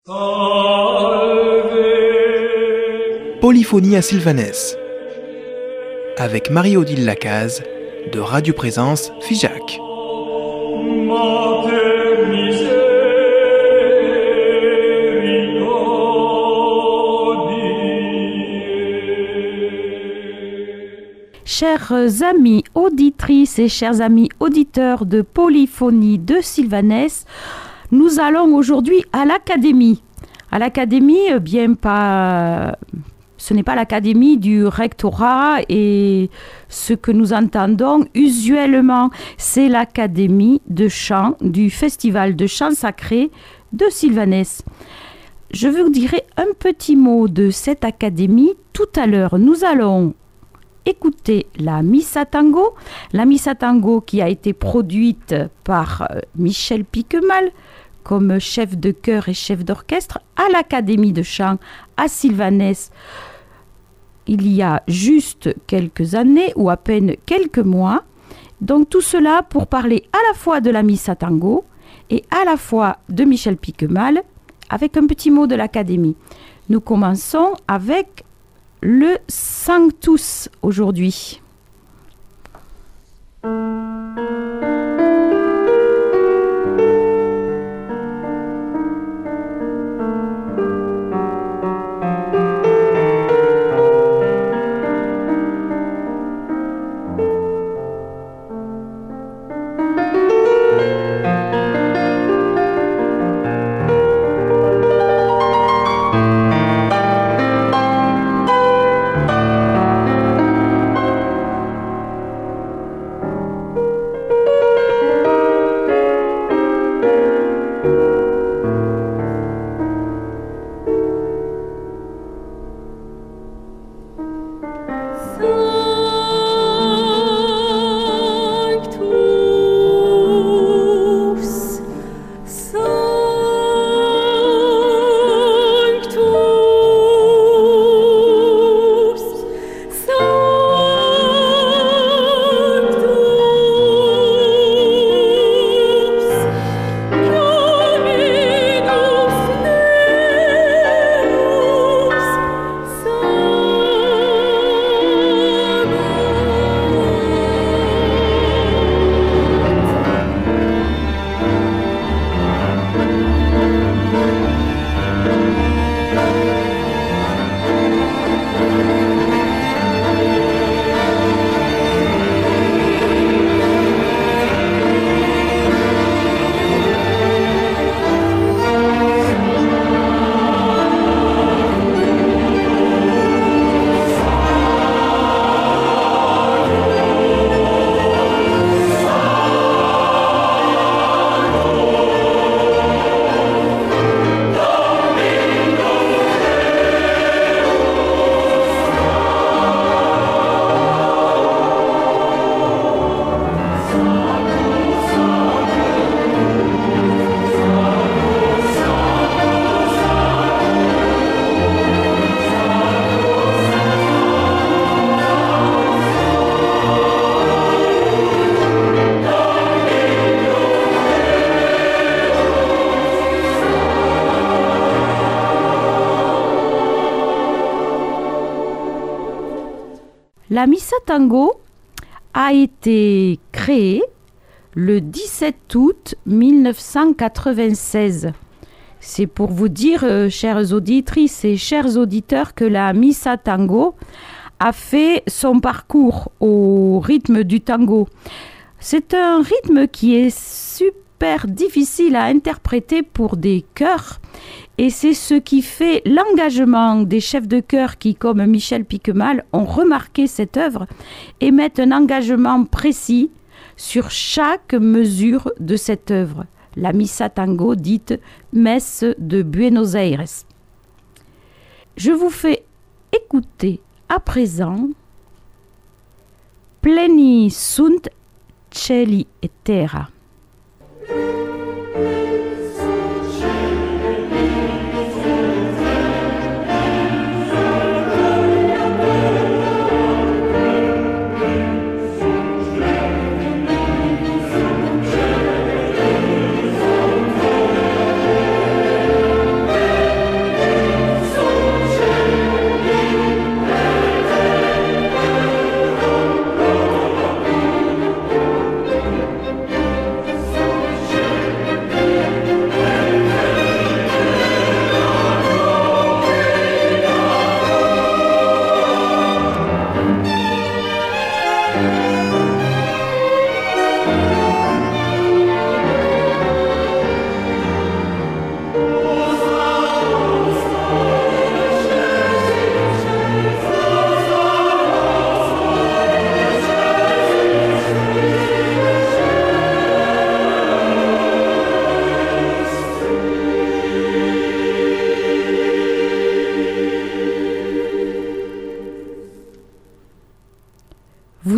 Polyphonie à Sylvanès avec Marie-Odile Lacaze de Radio Présence Figeac. Chers amis auditrices et chers amis auditeurs de Polyphonie de Sylvanès, nous allons aujourd'hui à l'académie. À l'académie, ce n'est pas l'académie du rectorat et ce que nous entendons usuellement, c'est l'académie de chant du Festival de chant sacré de Sylvanès. Je vous dirai un petit mot de cette académie tout à l'heure. Nous allons écouter la Missa Tango qui a été produite par Michel Piquemal comme chef de chœur et chef d'orchestre à l'Académie de chant à Sylvanès il y a juste quelques années ou à peine quelques mois. Donc tout cela pour parler à la fois de la Missa Tango et à la fois de Michel Piquemal avec un petit mot de l'Académie. Nous commençons avec le Sanctus aujourd'hui. La Missa Tango a été créée le 17 août 1996. C'est pour vous dire, chères auditrices et chers auditeurs, que la Missa Tango a fait son parcours au rythme du tango. C'est un rythme qui est super difficile à interpréter pour des chœurs. Et c'est ce qui fait l'engagement des chefs de chœur qui, comme Michel Piquemal, ont remarqué cette œuvre et mettent un engagement précis sur chaque mesure de cette œuvre. La Missa Tango dite Messe de Buenos Aires. Je vous fais écouter à présent Pleni sunt cieli et terra.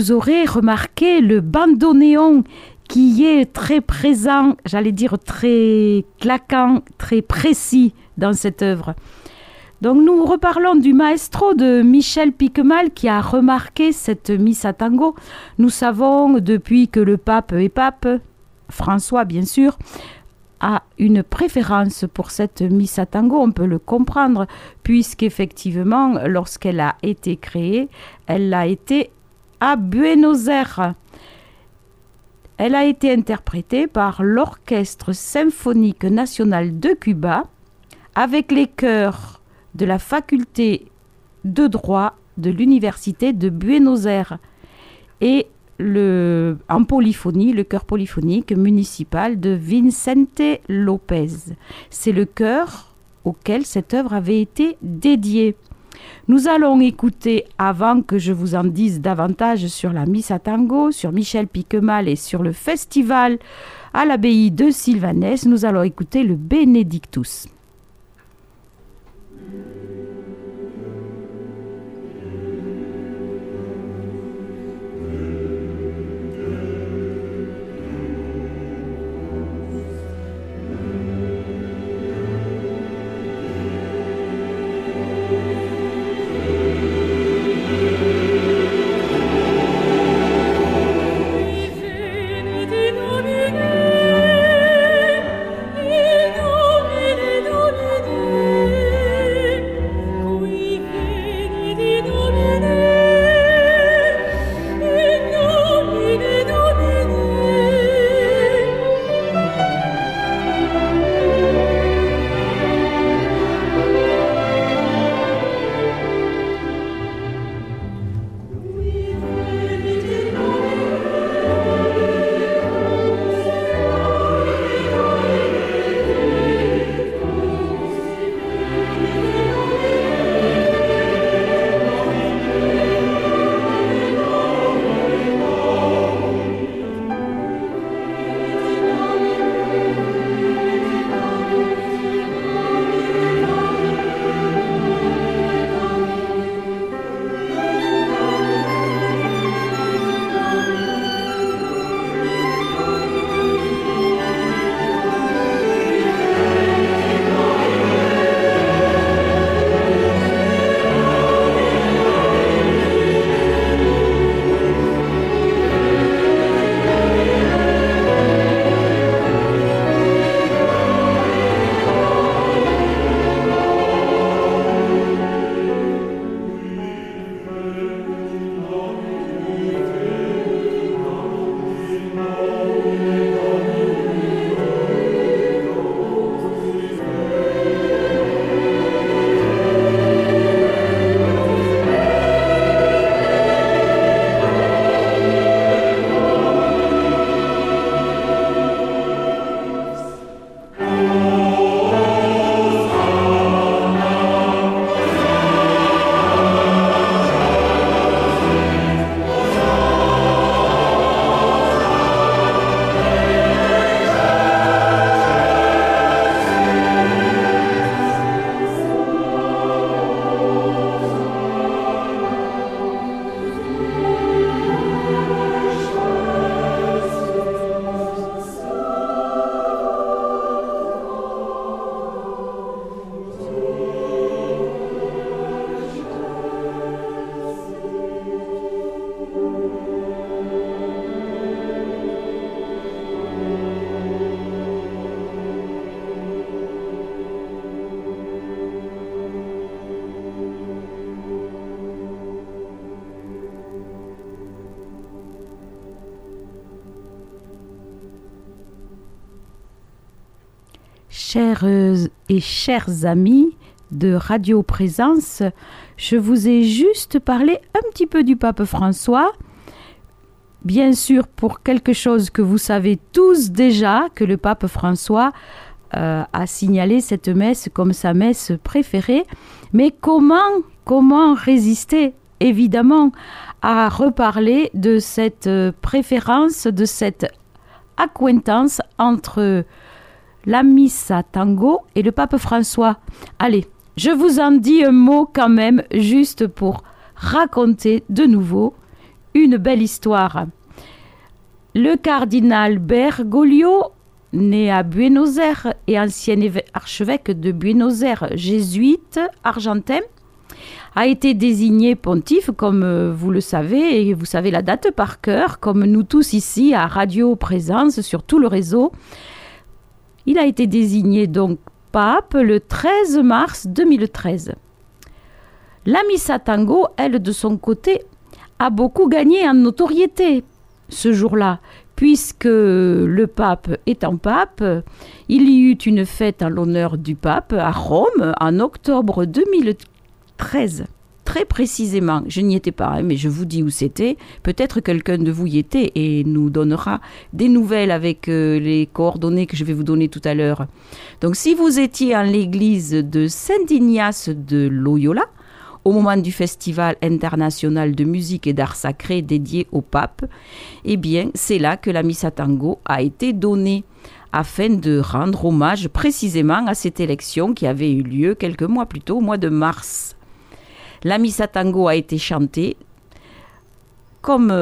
vous aurez remarqué le bandoneon qui est très présent, j'allais dire très claquant, très précis dans cette œuvre. Donc nous reparlons du maestro de Michel Piquemal qui a remarqué cette missa tango. Nous savons depuis que le pape est pape, François bien sûr, a une préférence pour cette missa tango, on peut le comprendre, puisqu'effectivement, lorsqu'elle a été créée, elle a été à Buenos Aires. Elle a été interprétée par l'Orchestre symphonique national de Cuba avec les chœurs de la faculté de droit de l'université de Buenos Aires et en polyphonie, le chœur polyphonique municipal de Vicente Lopez. C'est le chœur auquel cette œuvre avait été dédiée. Nous allons écouter, avant que je vous en dise davantage sur la Missa Tango, sur Michel Piquemal et sur le festival à l'abbaye de Sylvanès, nous allons écouter le Benedictus. Chères et chers amis de Radio Présence, je vous ai juste parlé un petit peu du pape François. Bien sûr, pour quelque chose que vous savez tous déjà, que le pape François a signalé cette messe comme sa messe préférée. Mais comment résister, évidemment, à reparler de cette préférence, de cette acquaintance entre la Missa Tango et le pape François. Allez, je vous en dis un mot quand même, juste pour raconter de nouveau une belle histoire. Le cardinal Bergoglio, né à Buenos Aires et ancien archevêque de Buenos Aires, jésuite argentin, a été désigné pontife, comme vous le savez, et vous savez la date par cœur, comme nous tous ici à Radio Présence, sur tout le réseau. Il a été désigné donc pape le 13 mars 2013. La Missa Tango, elle, de son côté, a beaucoup gagné en notoriété ce jour-là, puisque le pape étant pape, il y eut une fête en l'honneur du pape à Rome en octobre 2013. Très précisément, je n'y étais pas, mais je vous dis où c'était. Peut-être quelqu'un de vous y était et nous donnera des nouvelles avec les coordonnées que je vais vous donner tout à l'heure. Donc si vous étiez en l'église de Saint-Ignace de Loyola, au moment du Festival international de musique et d'art sacré dédié au pape, eh bien c'est là que la Missa Tango a été donnée, afin de rendre hommage précisément à cette élection qui avait eu lieu quelques mois plus tôt, au mois de mars. La Missa Tango a été chantée comme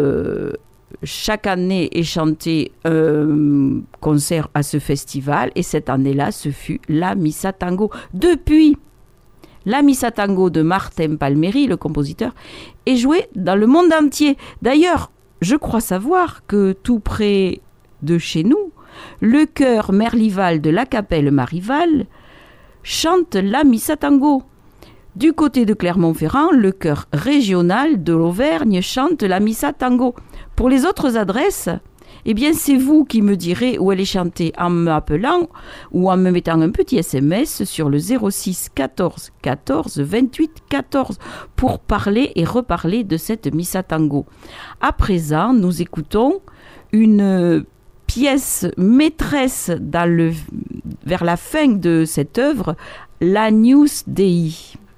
chaque année est chanté un concert à ce festival, et cette année-là, ce fut la Missa Tango. Depuis, la Missa Tango de Martin Palmieri, le compositeur, est jouée dans le monde entier. D'ailleurs, je crois savoir que tout près de chez nous, le chœur Merlival de la Capelle Marival chante la Missa Tango. Du côté de Clermont-Ferrand, le chœur régional de l'Auvergne chante la Missa Tango. Pour les autres adresses, eh bien c'est vous qui me direz où elle est chantée en m'appelant ou en me mettant un petit SMS sur le 06 14 14 28 14 pour parler et reparler de cette Missa Tango. À présent, nous écoutons une pièce maîtresse vers la fin de cette œuvre, l'Agnus Dei.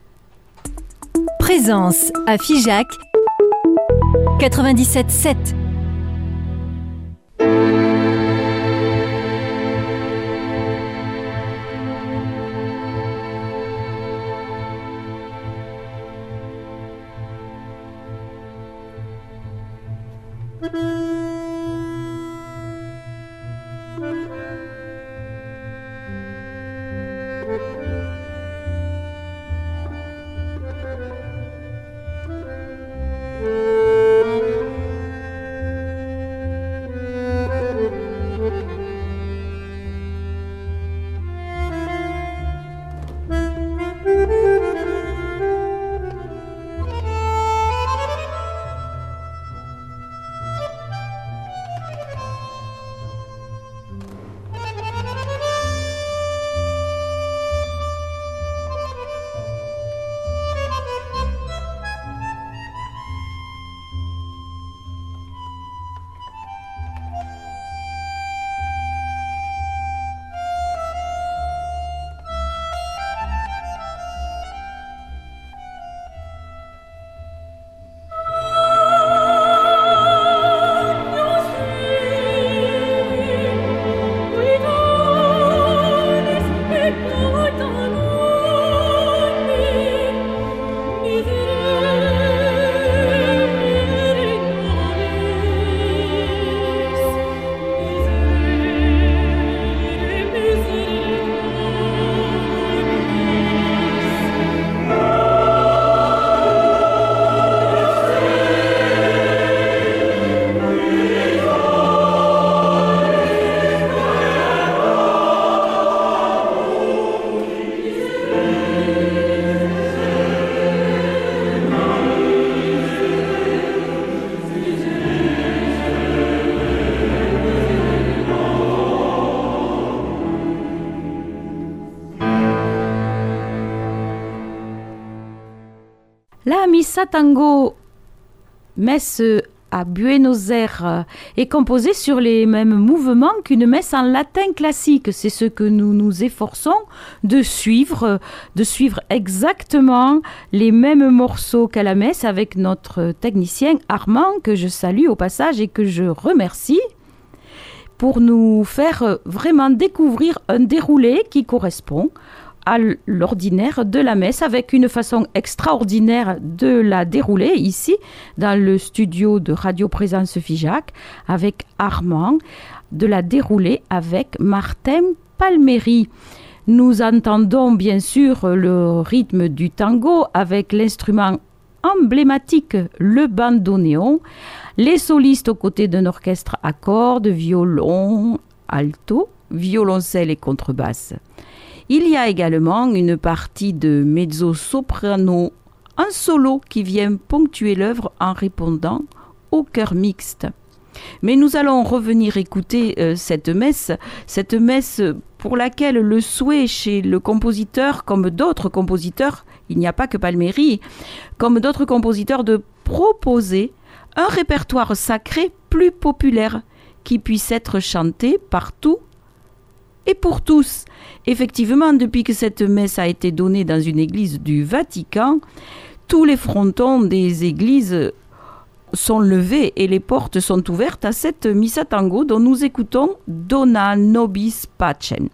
Présence à Figeac 97.7. La Missa Tango, messe à Buenos Aires, est composée sur les mêmes mouvements qu'une messe en latin classique. C'est ce que nous nous efforçons de suivre exactement les mêmes morceaux qu'à la messe avec notre technicien Armand, que je salue au passage et que je remercie, pour nous faire vraiment découvrir un déroulé qui correspond à l'ordinaire de la messe avec une façon extraordinaire de la dérouler ici dans le studio de Radio Présence Figeac avec Armand, de la dérouler avec Martin Palmieri. Nous entendons bien sûr le rythme du tango avec l'instrument emblématique, le bandoneon, les solistes aux côtés d'un orchestre à cordes, violon, alto, violoncelle et contrebasse. Il y a également une partie de mezzo-soprano en solo qui vient ponctuer l'œuvre en répondant au chœur mixte. Mais nous allons revenir écouter cette messe pour laquelle le souhait chez le compositeur, comme d'autres compositeurs, il n'y a pas que Palmieri, comme d'autres compositeurs, de proposer un répertoire sacré plus populaire qui puisse être chanté partout et pour tous. Effectivement, depuis que cette messe a été donnée dans une église du Vatican, tous les frontons des églises sont levés et les portes sont ouvertes à cette Missa Tango dont nous écoutons Dona Nobis Pacem.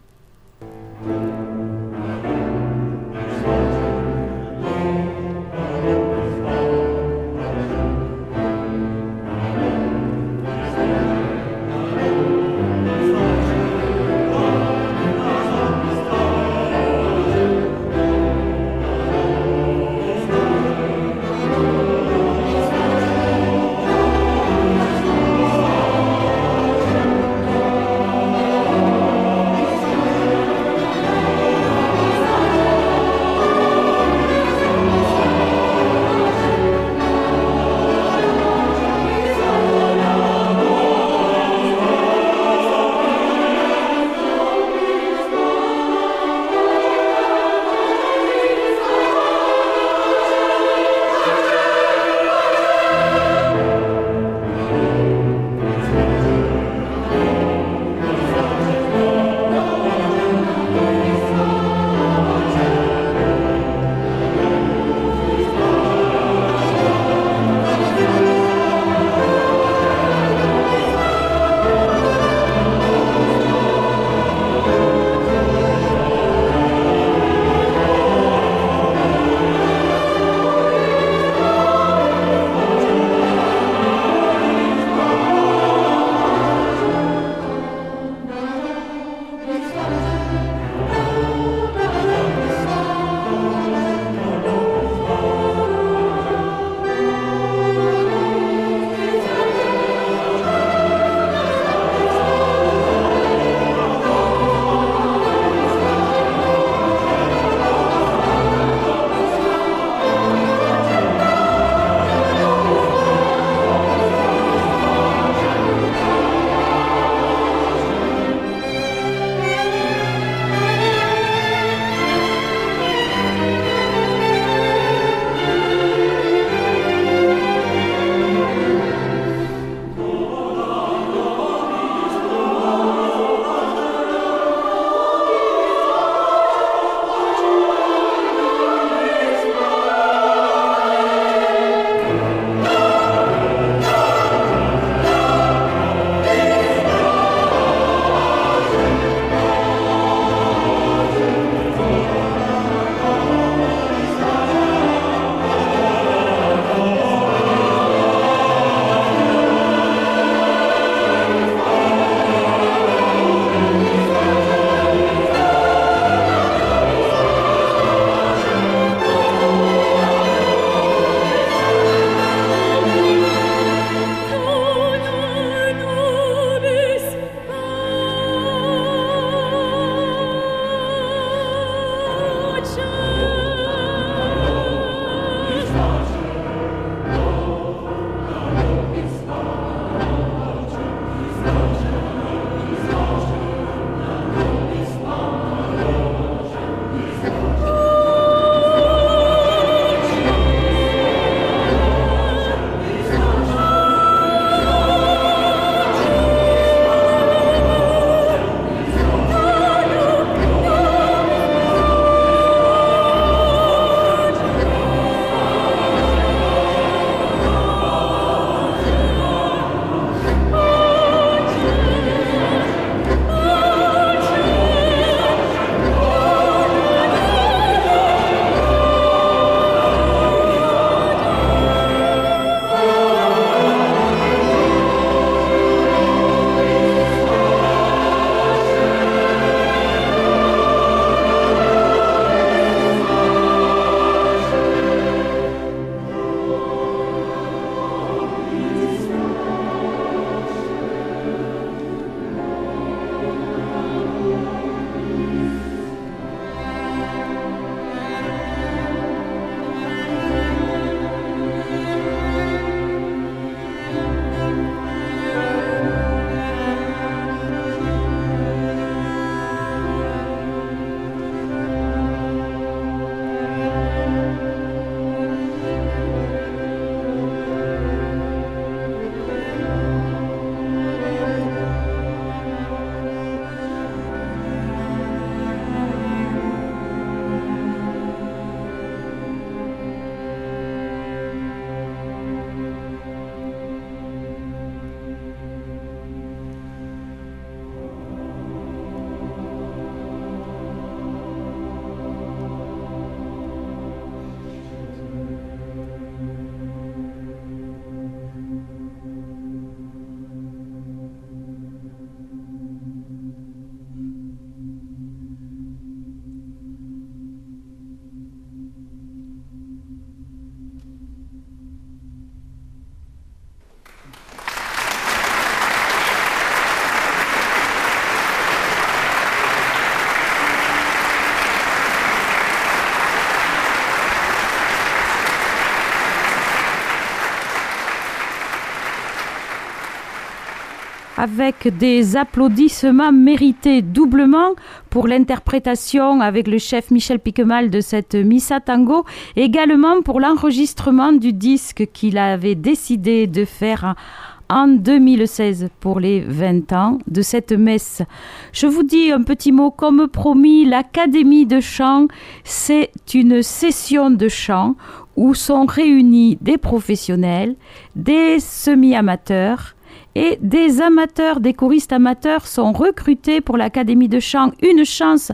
Avec des applaudissements mérités doublement pour l'interprétation avec le chef Michel Piquemal de cette Missa Tango, également pour l'enregistrement du disque qu'il avait décidé de faire en 2016 pour les 20 ans de cette messe. Je vous dis un petit mot, comme promis, l'Académie de chant, c'est une session de chant où sont réunis des professionnels, des semi-amateurs, et des amateurs, des choristes amateurs sont recrutés pour l'Académie de chant. Une chance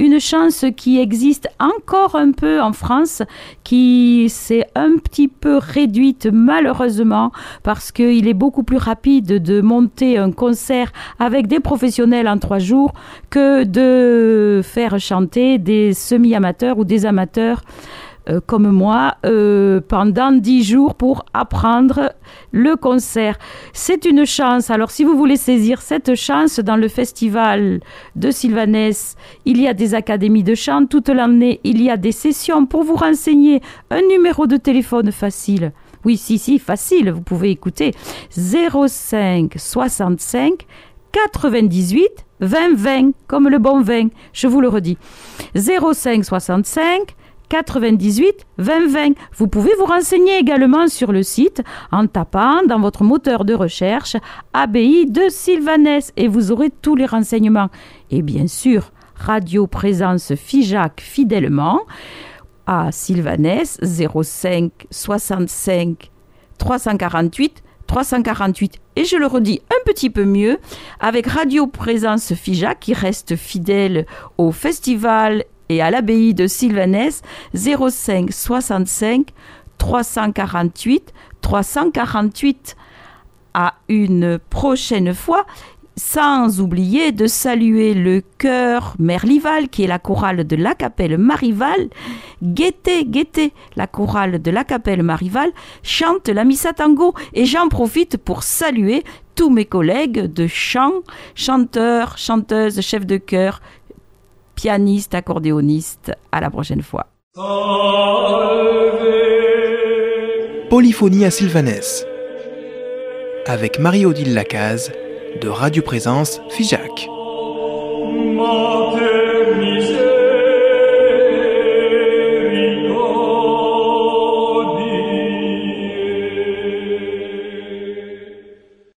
qui existe encore un peu en France, qui s'est un petit peu réduite malheureusement parce qu'il est beaucoup plus rapide de monter un concert avec des professionnels en 3 jours que de faire chanter des semi-amateurs ou des amateurs comme moi, pendant 10 jours pour apprendre le concert. C'est une chance. Alors, si vous voulez saisir cette chance dans le festival de Sylvanès, il y a des académies de chant. Toute l'année, il y a des sessions pour vous renseigner. Un numéro de téléphone facile. Oui, si, facile. Vous pouvez écouter 05 65 98 20 20, comme le bon vin. Je vous le redis. 05 65 98 20 20. Vous pouvez vous renseigner également sur le site en tapant dans votre moteur de recherche Abbaye de Sylvanès et vous aurez tous les renseignements. Et bien sûr, Radio Présence Figeac fidèlement à Sylvanès 05 65 348 348. Et je le redis un petit peu mieux avec Radio Présence Figeac qui reste fidèle au festival et à l'abbaye de Sylvanès 05 65 348 348. À une prochaine fois, sans oublier de saluer le chœur Merlival qui est la chorale de la Capelle Marival. Guettez, la chorale de la Capelle Marival chante la Missa Tango et j'en profite pour saluer tous mes collègues de chant, chanteurs, chanteuses, chefs de chœur, pianiste, accordéoniste. À la prochaine fois. Polyphonie à Sylvanès avec Marie-Odile Lacaze de Radio Présence Figeac.